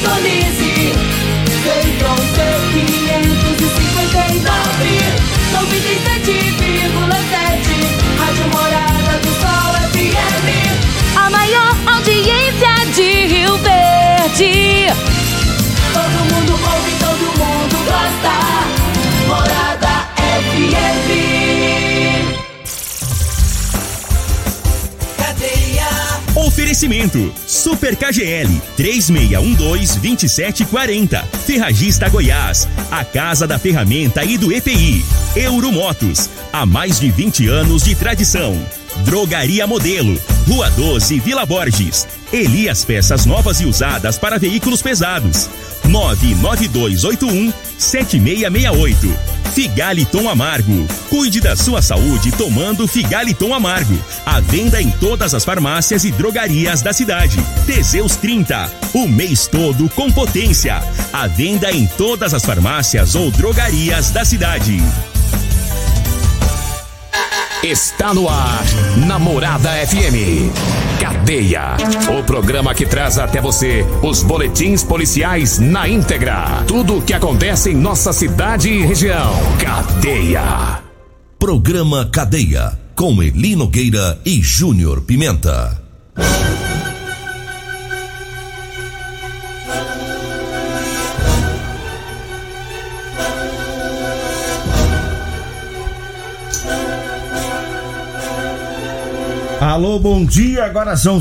sintonize. Central C 559, 97,7. Rádio Morada do Sol FM. A maior audiência de Rio Verde. Todo mundo ouve, todo mundo gosta. Morada FM. Cadeia. Oferecimento Super KGL 3612-2740. Ferragista Goiás, a casa da ferramenta e do EPI. Euromotos, há mais de 20 anos de tradição. Drogaria Modelo, Rua 12, Vila Borges. Elias Peças Novas e Usadas para Veículos Pesados. 99281-7668. Figaliton Amargo. Cuide da sua saúde tomando Figaliton Amargo. À venda em todas as farmácias e drogarias da cidade. Teseus 30. O mês todo com potência. À venda em todas as farmácias ou drogarias da cidade. Está no ar, Namorada FM. Cadeia, o programa que traz até você os boletins policiais na íntegra. Tudo o que acontece em nossa cidade e região. Cadeia. Programa Cadeia, com Eli Nogueira e Júnior Pimenta. Alô, bom dia, agora são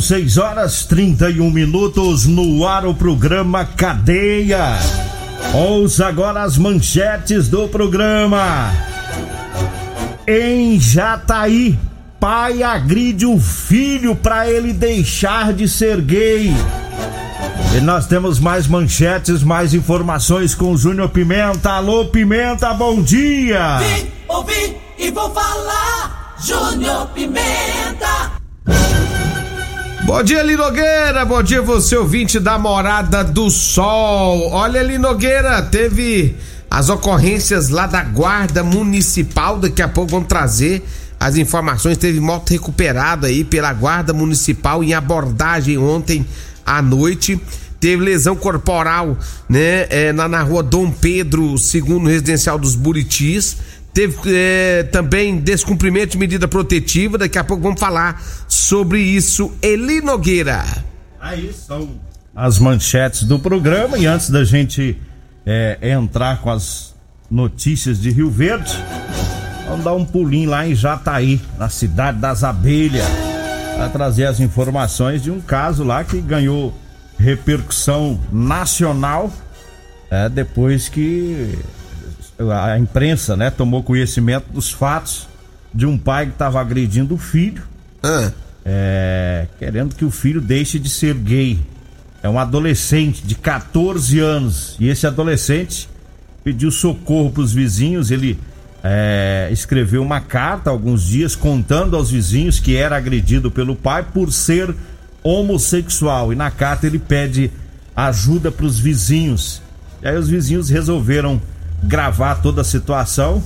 6h31, no ar o programa Cadeia. Ouça agora as manchetes do programa. Em Jataí, pai agride o filho para ele deixar de ser gay. E nós temos mais manchetes, mais informações com o Júnior Pimenta. Alô, Pimenta, bom dia. Vim, ouvi e vou falar. Júnior Pimenta. Bom dia, Eli Nogueira, bom dia você, ouvinte da Morada do Sol. Olha, Eli Nogueira, teve as ocorrências lá da Guarda Municipal, daqui a pouco vamos trazer as informações. Teve moto recuperada aí pela Guarda Municipal em abordagem ontem à noite. Teve lesão corporal, né, na rua Dom Pedro II, residencial dos Buritis. Teve também descumprimento de medida protetiva. Daqui a pouco vamos falar sobre isso. Eli Nogueira. Aí são as manchetes do programa. E antes da gente entrar com as notícias de Rio Verde, vamos dar um pulinho lá em Jataí, na cidade das Abelhas, para trazer as informações de um caso lá que ganhou repercussão nacional, depois que a imprensa, né, tomou conhecimento dos fatos de um pai que estava agredindo o filho, querendo que o filho deixe de ser gay. É um adolescente de 14 anos e esse adolescente pediu socorro para os vizinhos. Ele escreveu uma carta há alguns dias contando aos vizinhos que era agredido pelo pai por ser homossexual, e na carta ele pede ajuda para os vizinhos. E aí os vizinhos resolveram gravar toda a situação.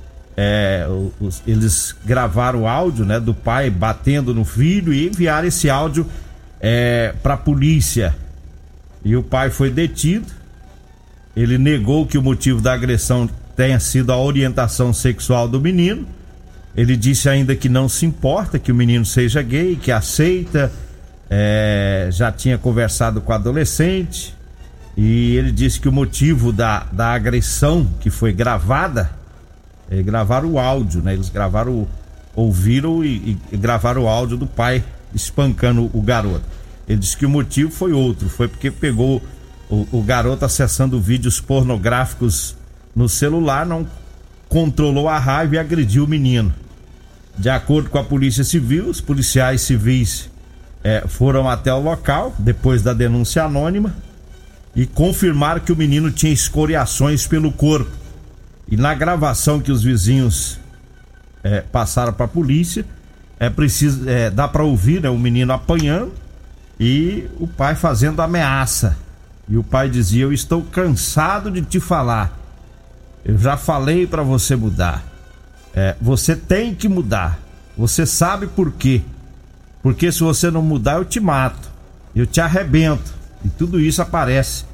Eles gravaram o áudio, né, do pai batendo no filho e enviaram esse áudio para a polícia. E o pai foi detido. Ele negou que o motivo da agressão tenha sido a orientação sexual do menino. Ele disse ainda que não se importa que o menino seja gay, que aceita, já tinha conversado com o adolescente. E ele disse que o motivo da agressão que foi gravada, gravaram o áudio, né? Eles ouviram e gravaram o áudio do pai espancando o garoto. Ele disse que o motivo foi outro, foi porque pegou o garoto acessando vídeos pornográficos no celular, não controlou a raiva e agrediu o menino. De acordo com a Polícia Civil, os policiais civis foram até o local, depois da denúncia anônima, e confirmaram que o menino tinha escoriações pelo corpo. E na gravação que os vizinhos passaram para a polícia, dá para ouvir, né, o menino apanhando e o pai fazendo ameaça. E o pai dizia: eu estou cansado de te falar, eu já falei para você mudar, você tem que mudar, você sabe por quê? Porque se você não mudar eu te mato, eu te arrebento. E tudo isso aparece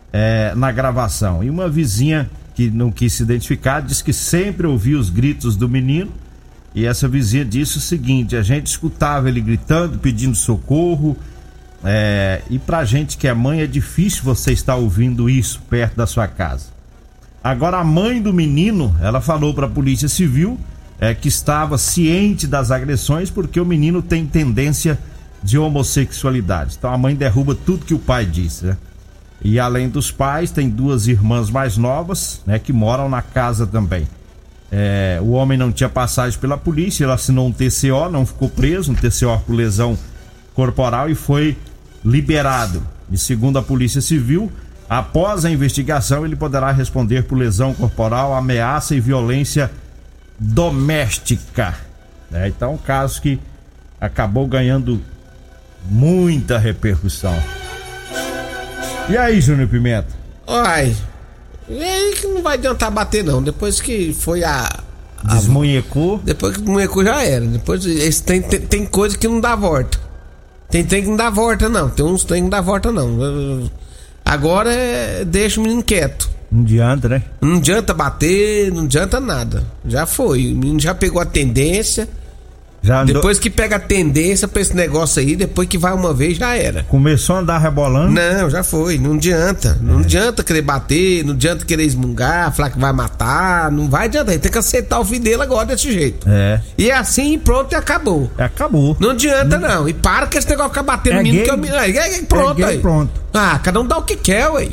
na gravação. E uma vizinha que não quis se identificar disse que sempre ouvia os gritos do menino. E essa vizinha disse o seguinte: a gente escutava ele gritando, pedindo socorro. E pra gente que é mãe é difícil você estar ouvindo isso perto da sua casa. Agora a mãe do menino, ela falou pra Polícia Civil que estava ciente das agressões porque o menino tem tendência de homossexualidade. Então a mãe derruba tudo que o pai disse, né? E além dos pais, tem 2 irmãs mais novas, né, que moram na casa também. O homem não tinha passagem pela polícia, ele assinou um TCO, não ficou preso, um TCO por lesão corporal, e foi liberado. E segundo a Polícia Civil, após a investigação, ele poderá responder por lesão corporal, ameaça e violência doméstica. Então, um caso que acabou ganhando muita repercussão. E aí, Júnior Pimenta? Ai, e aí que não vai adiantar bater não, depois que foi desmunhecou. Depois que desmunhecou já era. Depois tem coisa que não dá volta. Tem que não dá volta não. Tem uns tem que não dá volta não. Agora deixa o menino quieto. Não adianta, né? Não adianta bater, não adianta nada. Já foi. O menino já pegou a tendência. Depois que pega a tendência pra esse negócio aí, depois que vai uma vez, já era. Começou a andar rebolando? Não, já foi. Não adianta. Não adianta querer bater, não adianta querer esmungar, falar que vai matar. Não vai adiantar. Ele tem que aceitar o filho dele agora desse jeito. E é assim, pronto, e acabou. Acabou. Não adianta, não. E para que esse negócio ficar batendo no menino, que é o menino. Pronto, aí. Pronto. Cada um dá o que quer, ué.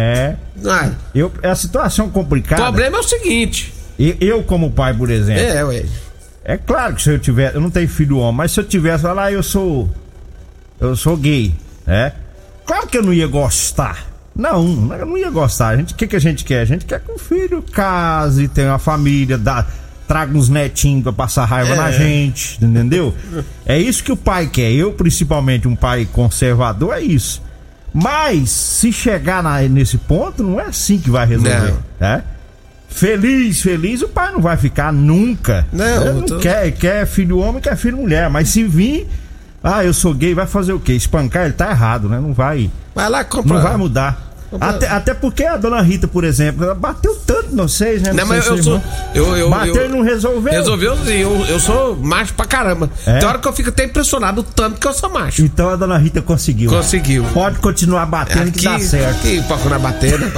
A situação complicada. O problema é o seguinte. Eu como pai, por exemplo. Ué. É claro que se eu tiver, eu não tenho filho homem, mas se eu tivesse, falar, eu sou gay, claro que eu não ia gostar. Não, eu não ia gostar. O que a gente quer? A gente quer que o filho case, tenha uma família, traga uns netinhos pra passar raiva na gente, entendeu? É isso que o pai quer. Eu, principalmente, um pai conservador, é isso. Mas, se chegar nesse ponto, não é assim que vai resolver, Feliz, o pai não vai ficar nunca. Não quer filho homem, quer filho mulher. Mas se vir, eu sou gay, vai fazer o quê? Espancar, ele tá errado, né? Não vai. Vai lá comprar. Não vai mudar. Até porque a dona Rita, por exemplo, ela bateu tanto, não sei, né? Não, mas eu sou. Bateu e não resolveu. Resolveu sim, eu sou macho pra caramba. Tem hora que eu fico até impressionado o tanto que eu sou macho. Então a dona Rita conseguiu. Pode continuar batendo que dá certo. Aqui, pra continuar batendo.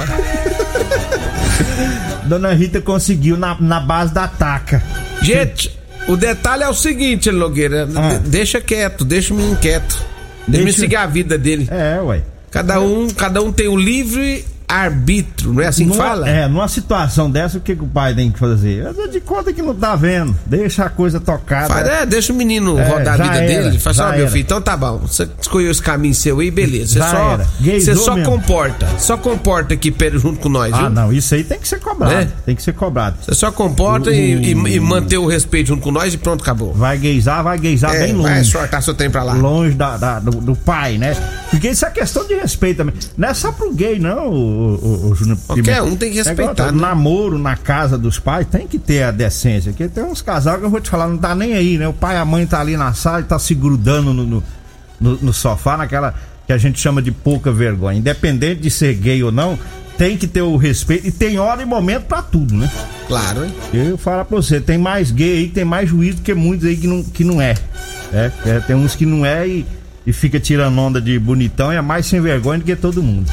Dona Rita conseguiu na base da taca. Gente, o detalhe é o seguinte, Nogueira. Deixa quieto, deixa o menino quieto. Deixa ele seguir a vida dele. Ué. Cada um tem o livre arbítrio, não é assim que fala? Numa situação dessa, o que o pai tem que fazer? Eu dou de conta que não tá vendo. Deixa a coisa tocada. Deixa o menino rodar a vida dele. Faz só, meu filho, então tá bom. Você escolheu esse caminho seu aí, beleza. Você só comporta. Só comporta aqui junto com nós, viu? Não, isso aí tem que ser cobrado. Tem que ser cobrado. Você só comporta e manter o respeito junto com nós e pronto, acabou. Vai gueizar bem longe. Vai sortar seu trem pra lá. Longe do pai, né? Porque isso é questão de respeito também. Não é só pro gay, não, o Júnior. Qualquer um tem que respeitar. Namoro na casa dos pais tem que ter a decência. Porque tem uns casais que eu vou te falar, não tá nem aí, né? O pai e a mãe tá ali na sala e tá se grudando no sofá, naquela que a gente chama de pouca vergonha. Independente de ser gay ou não, tem que ter o respeito. E tem hora e momento pra tudo, né? Claro, hein? Eu falo pra você, tem mais gay aí que tem mais juízo do que muitos aí que não é. Tem uns que não é e fica tirando onda de bonitão e é mais sem vergonha do que todo mundo.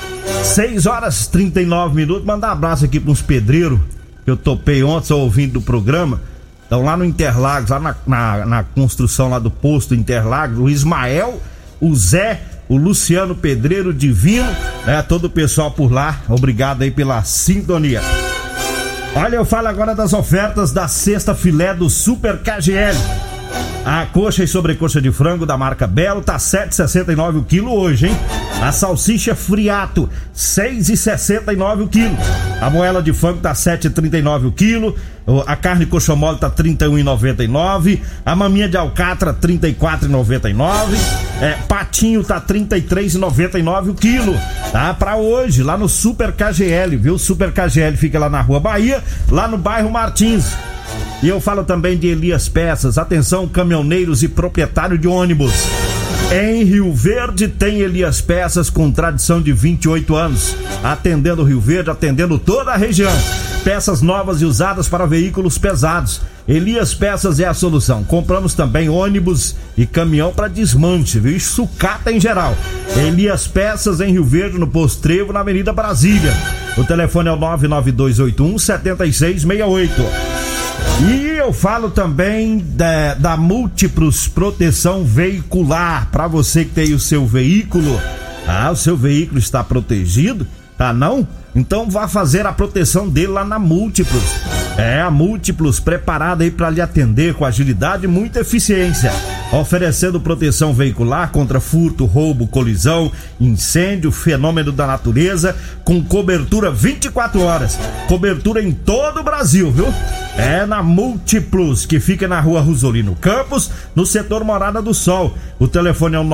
6h39. Mandar um abraço aqui para uns pedreiros que eu topei ontem, só ouvindo do programa. Estão lá no Interlagos, lá na construção lá do posto Interlagos. O Ismael, o Zé, o Luciano Pedreiro Divino, todo o pessoal por lá. Obrigado aí pela sintonia. Olha, eu falo agora das ofertas da sexta filé do Super KGL. A coxa e sobrecoxa de frango da marca Belo tá R$ 7,69 o quilo hoje, hein? A salsicha Friato, R$ 6,69 o quilo. A moela de frango tá R$ 7,39 o quilo. A carne coxa mole tá R$ 31,99. A maminha de alcatra, R$ 34,99. Patinho tá R$ 33,99 o quilo. Tá? Pra hoje, lá no Super KGL, viu? Super KGL fica lá na Rua Bahia, lá no bairro Martins. E eu falo também de Elias Peças. Atenção, caminhoneiros e proprietário de ônibus. Em Rio Verde tem Elias Peças com tradição de 28 anos, atendendo Rio Verde, atendendo toda a região. Peças novas e usadas para veículos pesados. Elias Peças é a solução. Compramos também ônibus e caminhão para desmanche, viu? E sucata em geral. Elias Peças em Rio Verde, no Posto Trevo, na Avenida Brasília. O telefone é o 99281-7668. E eu falo também da Múltiplos Proteção Veicular. Para você que tem o seu veículo, o seu veículo está protegido, tá não? Então vá fazer a proteção dele lá na Múltiplos. A Múltiplos preparada aí para lhe atender com agilidade e muita eficiência, oferecendo proteção veicular contra furto, roubo, colisão, incêndio, fenômeno da natureza, com cobertura 24 horas, cobertura em todo o Brasil, viu? É na Múltiplos, que fica na Rua Rosolino Campos, no setor Morada do Sol. O telefone é o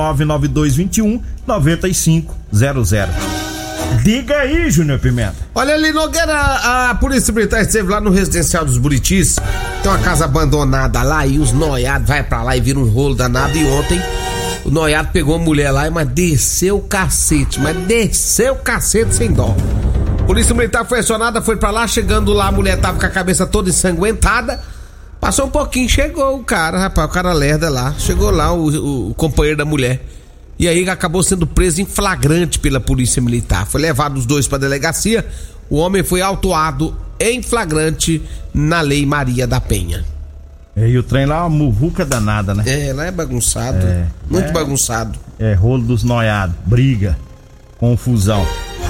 99221-9500. Diga aí, Júnior Pimenta. Olha ali, Nogueira, a Polícia Militar esteve lá no residencial dos Buritis. Tem uma casa abandonada lá e os noiados vai pra lá e vira um rolo danado. E ontem o noiado pegou uma mulher lá, mas desceu o cacete sem dó. Polícia Militar foi acionada, foi pra lá, chegando lá a mulher tava com a cabeça toda ensanguentada. Passou um pouquinho, chegou o cara, rapaz, o cara lerda lá. Chegou lá o companheiro da mulher. E aí acabou sendo preso em flagrante pela Polícia Militar. Foi levado os dois pra delegacia. O homem foi autuado em flagrante na Lei Maria da Penha. E o trem lá é uma muvuca danada, né? Lá é bagunçado. Muito bagunçado. É rolo dos noiados, briga, confusão.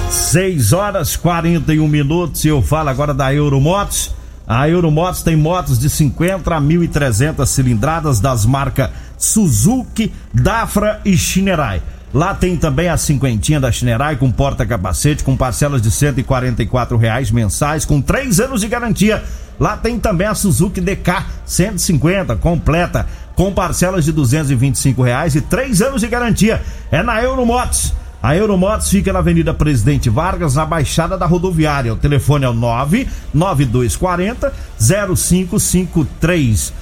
6h41. Eu falo agora da Euromotos. A Euromotos tem motos de 50 a 1.300 cilindradas das marcas Suzuki, Dafra e Shinerai. Lá tem também a cinquentinha da Shinerai com porta-capacete, com parcelas de R$144 mensais, com 3 anos de garantia. Lá tem também a Suzuki DK 150 completa, com parcelas de R$225 e 3 anos de garantia. É na Euromotos. A Euromotos fica na Avenida Presidente Vargas, na Baixada da Rodoviária. O telefone é o 99240-0553.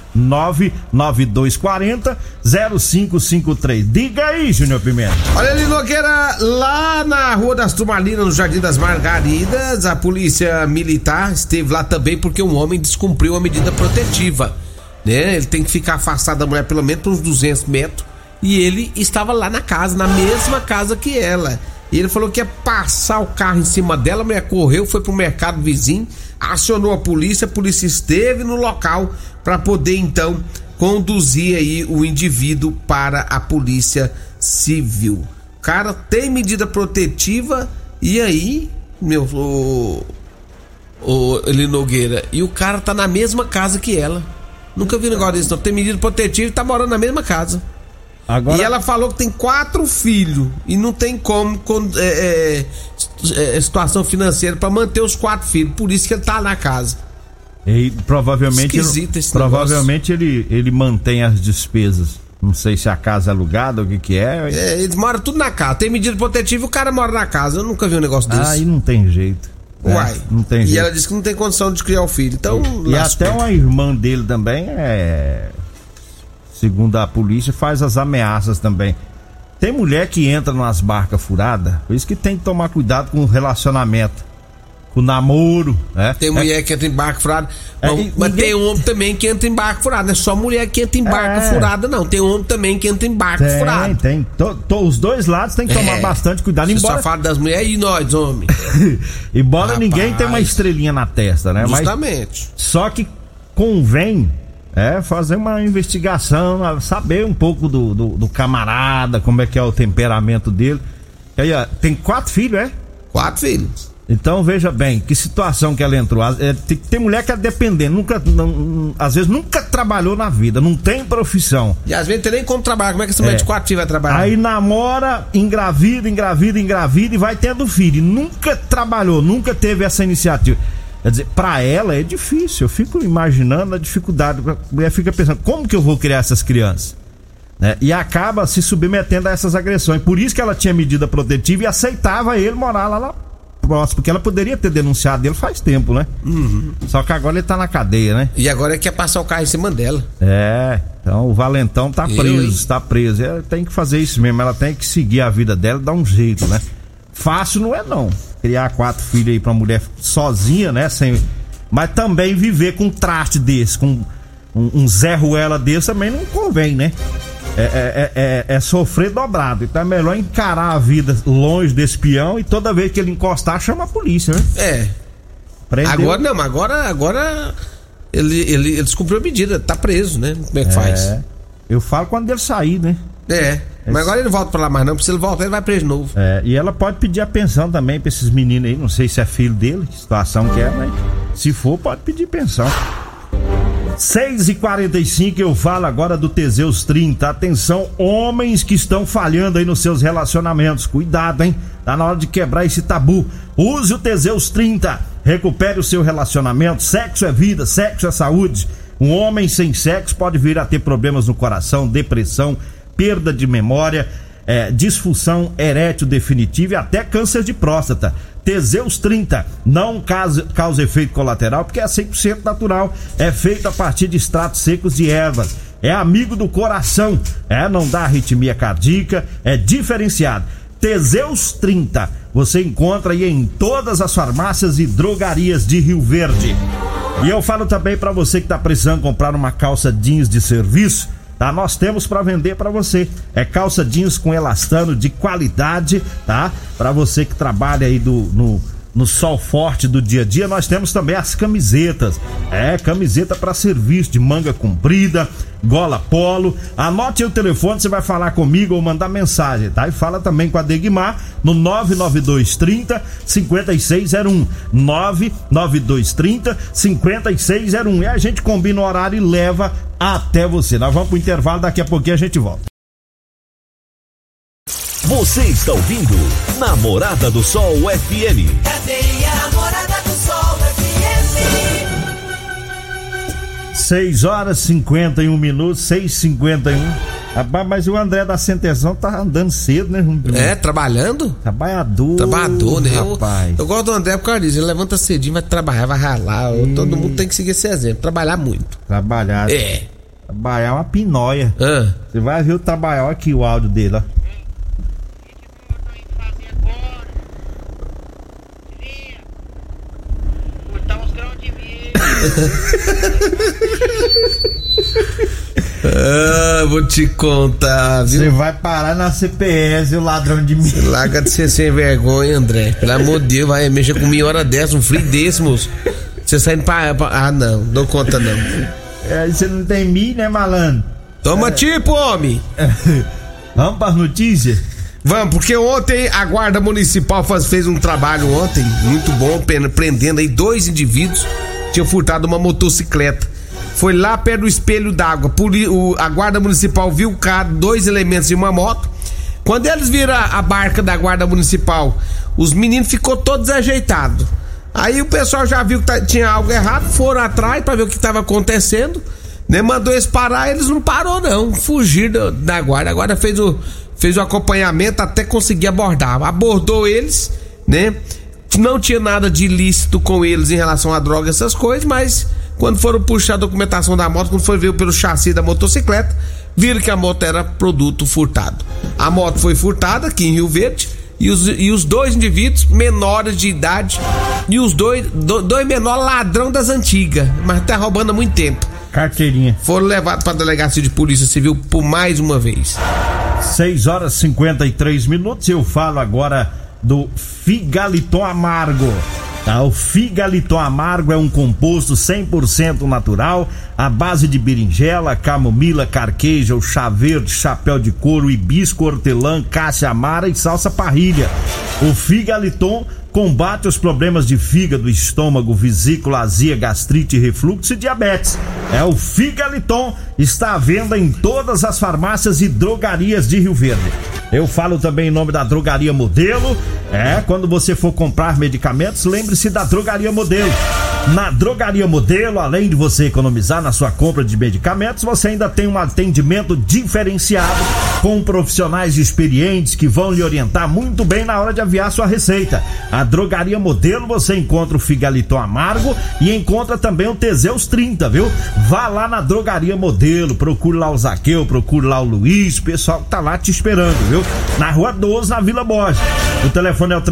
99240-0553. Diga aí, Júnior Pimenta. Olha ali, Nogueira, lá na Rua das Turmalinas, no Jardim das Margaridas, a Polícia Militar esteve lá também porque um homem descumpriu a medida protetiva, né? Ele tem que ficar afastado da mulher pelo menos por uns 200 metros. E ele estava lá na casa, na mesma casa que ela. E ele falou que ia passar o carro em cima dela, a mulher correu, foi pro mercado vizinho, acionou a polícia esteve no local para poder então conduzir aí o indivíduo para a Polícia Civil. O cara tem medida protetiva e aí, Eli Nogueira, e o cara tá na mesma casa que ela. Nunca vi um negócio desse, não. Tem medida protetiva e tá morando na mesma casa. Agora... E ela falou que tem 4 filhos e não tem como situação financeira para manter os 4 filhos, por isso que ele tá na casa. E provavelmente ele mantém as despesas. Não sei se a casa é alugada ou o que é. Eles moram tudo na casa. Tem medida protetiva e o cara mora na casa. Eu nunca vi um negócio desse. Aí não tem jeito. Uai. Não tem jeito. E ela disse que não tem condição de criar o filho. Então, e até uma irmã dele também segundo a polícia, faz as ameaças também. Tem mulher que entra nas barcas furadas, por isso que tem que tomar cuidado com o relacionamento, com o namoro, né? Tem mulher que entra em barca furada, mas tem homem também que entra em barca furada, não é só mulher que entra em barca furada, não. Tem homem também que entra em barca furada. Tem. Os dois lados tem que tomar bastante cuidado. Você só fala das mulheres e nós, homem. Embora ninguém tenha uma estrelinha na testa, né? Justamente. Mas, só que convém fazer uma investigação, saber um pouco do camarada, como é que é o temperamento dele. Aí, tem 4 filhos, 4 filhos. Então veja bem, que situação que ela entrou. Tem mulher que é dependente, às vezes nunca trabalhou na vida, não tem profissão. E às vezes não tem nem como trabalhar, como é que essa mulher de 4 filhos vai trabalhar? Aí namora, engravida e vai tendo filho. Nunca trabalhou, nunca teve essa iniciativa. Quer dizer, pra ela é difícil. Eu fico imaginando a dificuldade. A mulher fica pensando, como que eu vou criar essas crianças? Né? E acaba se submetendo a essas agressões. Por isso que ela tinha medida protetiva e aceitava ele morar lá próximo. Porque ela poderia ter denunciado ele faz tempo, né? Uhum. Só que agora ele tá na cadeia, né? E agora ele quer passar o carro em cima dela. Então o Valentão tá preso. Ela tem que fazer isso mesmo, ela tem que seguir a vida dela e dar um jeito, né? Fácil não é não. Criar 4 filhos aí pra mulher sozinha, né? Mas também viver com um traste desse, com um Zé Ruela desse também não convém, né? É sofrer dobrado. Então é melhor encarar a vida longe desse peão e toda vez que ele encostar, chama a polícia, né? Prendeu. Agora ele descumpriu a medida, tá preso, né? Como é que faz? Eu falo quando ele sair, né? Mas agora ele não volta pra lá mais não, porque se ele voltar ele vai preso de novo. E ela pode pedir a pensão também pra esses meninos aí, não sei se é filho dele, que situação que é, mas se for pode pedir pensão. 6h45, eu falo agora do Teseus 30. Atenção, homens que estão falhando aí nos seus relacionamentos. Cuidado, hein? Tá na hora de quebrar esse tabu. Use o Teseus 30. Recupere o seu relacionamento. Sexo é vida, sexo é saúde. Um homem sem sexo pode vir a ter problemas no coração, depressão, perda de memória, disfunção erétil definitiva e até câncer de próstata. Teseus 30 não causa efeito colateral porque é 100% natural, é feito a partir de extratos secos de ervas, é amigo do coração, não dá arritmia cardíaca, é diferenciado. Teseus 30 você encontra aí em todas as farmácias e drogarias de Rio Verde. E eu falo também para você que tá precisando comprar uma calça jeans de serviço, tá? Nós temos para vender para você. É calça jeans com elastano de qualidade, tá? Para você que trabalha aí no sol forte do dia a dia, nós temos também as camisetas. Camiseta para serviço, de manga comprida, gola polo. Anote aí o telefone, você vai falar comigo ou mandar mensagem, tá? E fala também com a Degmar no 99230 5601. 99230 5601. E a gente combina o horário e leva até você. Nós vamos pro intervalo, daqui a pouquinho a gente volta. Você está ouvindo Namorada do Sol FM. Cadê a Namorada do Sol FM? 6h51, 6h51. Rapaz, mas o André da Centezão tá andando cedo, né? Trabalhando? Trabalhador, né? Rapaz. Eu gosto do André por causa disso. Ele levanta cedinho, vai trabalhar, vai ralar. Todo mundo tem que seguir esse exemplo. Trabalhar muito. Trabalhar é uma pinóia. Você vai ver o trabalhar aqui, o áudio dele, ó. Vou te contar, viu? Você vai parar na CPS, o ladrão de milho. Larga de ser sem vergonha, André. Pelo amor de Deus, vai mexer com meia hora dessa, um frio desse, moço. Você saindo pra... não dou conta não. Você não tem milho, né, malandro? Toma tipo, homem. Vamos pras notícias? Vamos, porque ontem a Guarda Municipal fez um trabalho ontem, muito bom, prendendo aí 2 indivíduos que tinham furtado uma motocicleta. Foi lá perto do espelho d'água. A Guarda Municipal viu o cara, 2 elementos em uma moto. Quando eles viram a barca da Guarda Municipal, os meninos ficou todos ajeitados. Aí o pessoal já viu que tinha algo errado, foram atrás pra ver o que estava acontecendo, né? Mandou eles parar, eles não parou não, fugiram da guarda. A guarda fez o acompanhamento até conseguir abordar. Abordou eles, né? Não tinha nada de ilícito com eles em relação a droga, essas coisas, mas quando foram puxar a documentação da moto, quando foi ver pelo chassi da motocicleta, viram que a moto era produto furtado. A moto foi furtada aqui em Rio Verde e os 2 indivíduos menores de idade e os dois menores ladrão das antigas, mas tá roubando há muito tempo. Carteirinha. Foram levados para a delegacia de polícia civil por mais uma vez. 6h53. Eu falo agora do Figaliton Amargo. Tá? O Figaliton Amargo é um composto 100% natural, à base de berinjela, camomila, carqueja, chá verde, chapéu de couro, hibisco, hortelã, cássia amara e salsa parrilha. O Figaliton combate os problemas de fígado, estômago, vesícula, azia, gastrite, refluxo e diabetes. O Figaliton está à venda em todas as farmácias e drogarias de Rio Verde. Eu falo também em nome da Drogaria Modelo. Quando você for comprar medicamentos, lembre-se da Drogaria Modelo. Na Drogaria Modelo, além de você economizar na sua compra de medicamentos, você ainda tem um atendimento diferenciado com profissionais experientes que vão lhe orientar muito bem na hora de aviar sua receita. A Drogaria Modelo, você encontra o Figaliton Amargo e encontra também o Teseus 30, viu? Vá lá na Drogaria Modelo, procure lá o Zaqueu, procure lá o Luiz, o pessoal que tá lá te esperando, viu? Na Rua 12, na Vila Borges. O telefone é o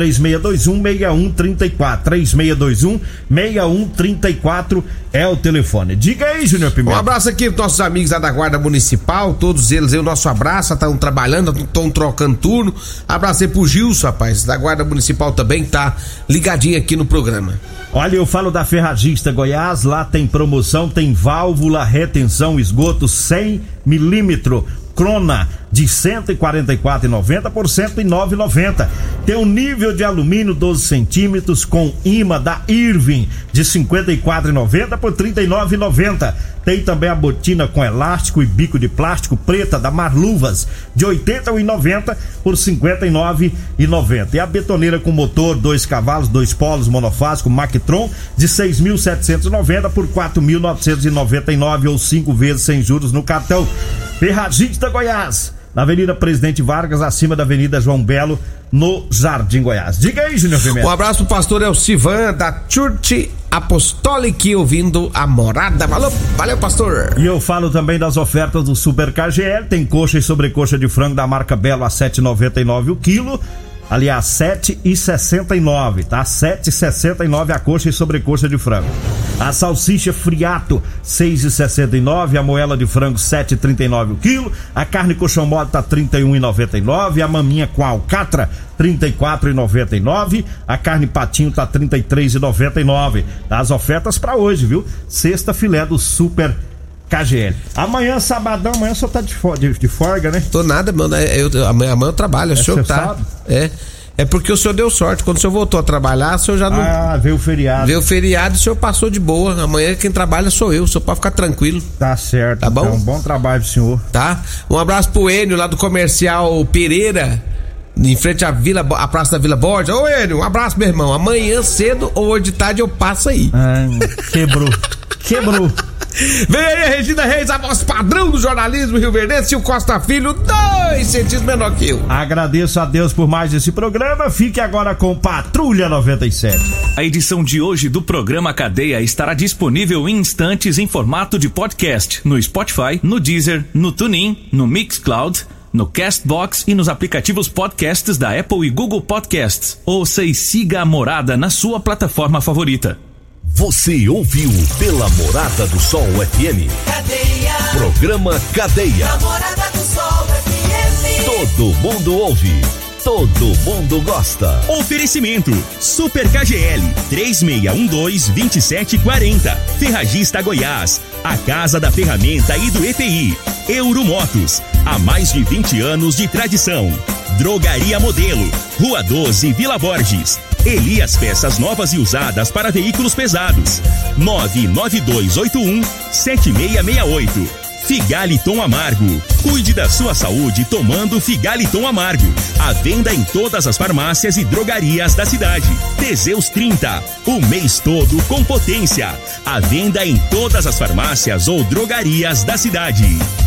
3621-6134, 3621-6134 é o telefone. Diga aí, Júnior Pimenta. Um abraço aqui pros nossos amigos lá da Guarda Municipal, todos eles aí, o nosso abraço, estão trabalhando, estão trocando turno. Abraço aí pro Gilson, rapaz, da Guarda Municipal também, tá ligadinho aqui no programa. Olha, eu falo da Ferragista Goiás, lá tem promoção, tem válvula, retenção, esgoto 100 milímetros. Crona de 144,90 por 109,90. Tem um nível de alumínio 12 centímetros com imã da Irving de 54,90 por 39,90. Tem também a botina com elástico e bico de plástico preta da Marluvas de 81,90 por 59,90. E a betoneira com motor 2 cavalos, 2 polos monofásico Mactron de 6.790 por 4.999 ou 5 vezes sem juros no cartão. Ferragista Goiás, na Avenida Presidente Vargas, acima da Avenida João Belo, no Jardim Goiás. Diga aí, Júnior Pimenta. Um abraço pro pastor Elcivan, da Church Apostolic, ouvindo a Morada. Valeu, pastor. E eu falo também das ofertas do Super KGL. Tem coxa e sobrecoxa de frango da marca Belo a 7,99 o quilo. Aliás, 7,69, tá? 7,69 a coxa e sobrecoxa de frango. A salsicha Friato, 6,69. A moela de frango, 7,39 o quilo. A carne coxão mole tá 31,99. A maminha com alcatra, 34,99. A carne patinho tá 33,99. As ofertas pra hoje, viu? Sexta filé do Super KGL. Amanhã, sabadão, amanhã só tá de folga, né? Tô nada, mano. Amanhã eu trabalho, o senhor tá. Sabe? É porque o senhor deu sorte. Quando o senhor voltou a trabalhar, o senhor já não. Veio o feriado. Veio o feriado e o senhor passou de boa. Amanhã quem trabalha sou eu. O senhor pode ficar tranquilo. Tá certo. Tá bom? Então, bom trabalho pro senhor. Tá? Um abraço pro Enio lá do Comercial Pereira, em frente à Praça da Vila Borges. Ô Enio, um abraço, meu irmão. Amanhã cedo ou hoje de tarde eu passo aí. Quebrou. Vem aí a Regina Reis, a voz padrão do jornalismo rio-verdense, e o Costa Filho, 2 centímetros menor que eu. Agradeço a Deus por mais esse programa. Fique agora com Patrulha 97. A edição de hoje do programa Cadeia estará disponível em instantes em formato de podcast no Spotify, no Deezer, no TuneIn, no Mixcloud, no Castbox e nos aplicativos podcasts da Apple e Google Podcasts. Ouça e siga a Morada na sua plataforma favorita. Você ouviu pela Morada do Sol FM. Cadeia. Programa Cadeia. Morada do Sol FM. Todo mundo ouve. Todo mundo gosta. Oferecimento Super KGL 3612-2740. Ferragista Goiás, a casa da ferramenta e do EPI. Euromotos, há mais de 20 anos de tradição. Drogaria Modelo, Rua 12, Vila Borges. Elias Peças Novas e Usadas para Veículos Pesados. 99281-7668. Figaliton Amargo. Cuide da sua saúde tomando Figaliton Amargo. À venda em todas as farmácias e drogarias da cidade. Teseus 30. O mês todo com potência. À venda em todas as farmácias ou drogarias da cidade.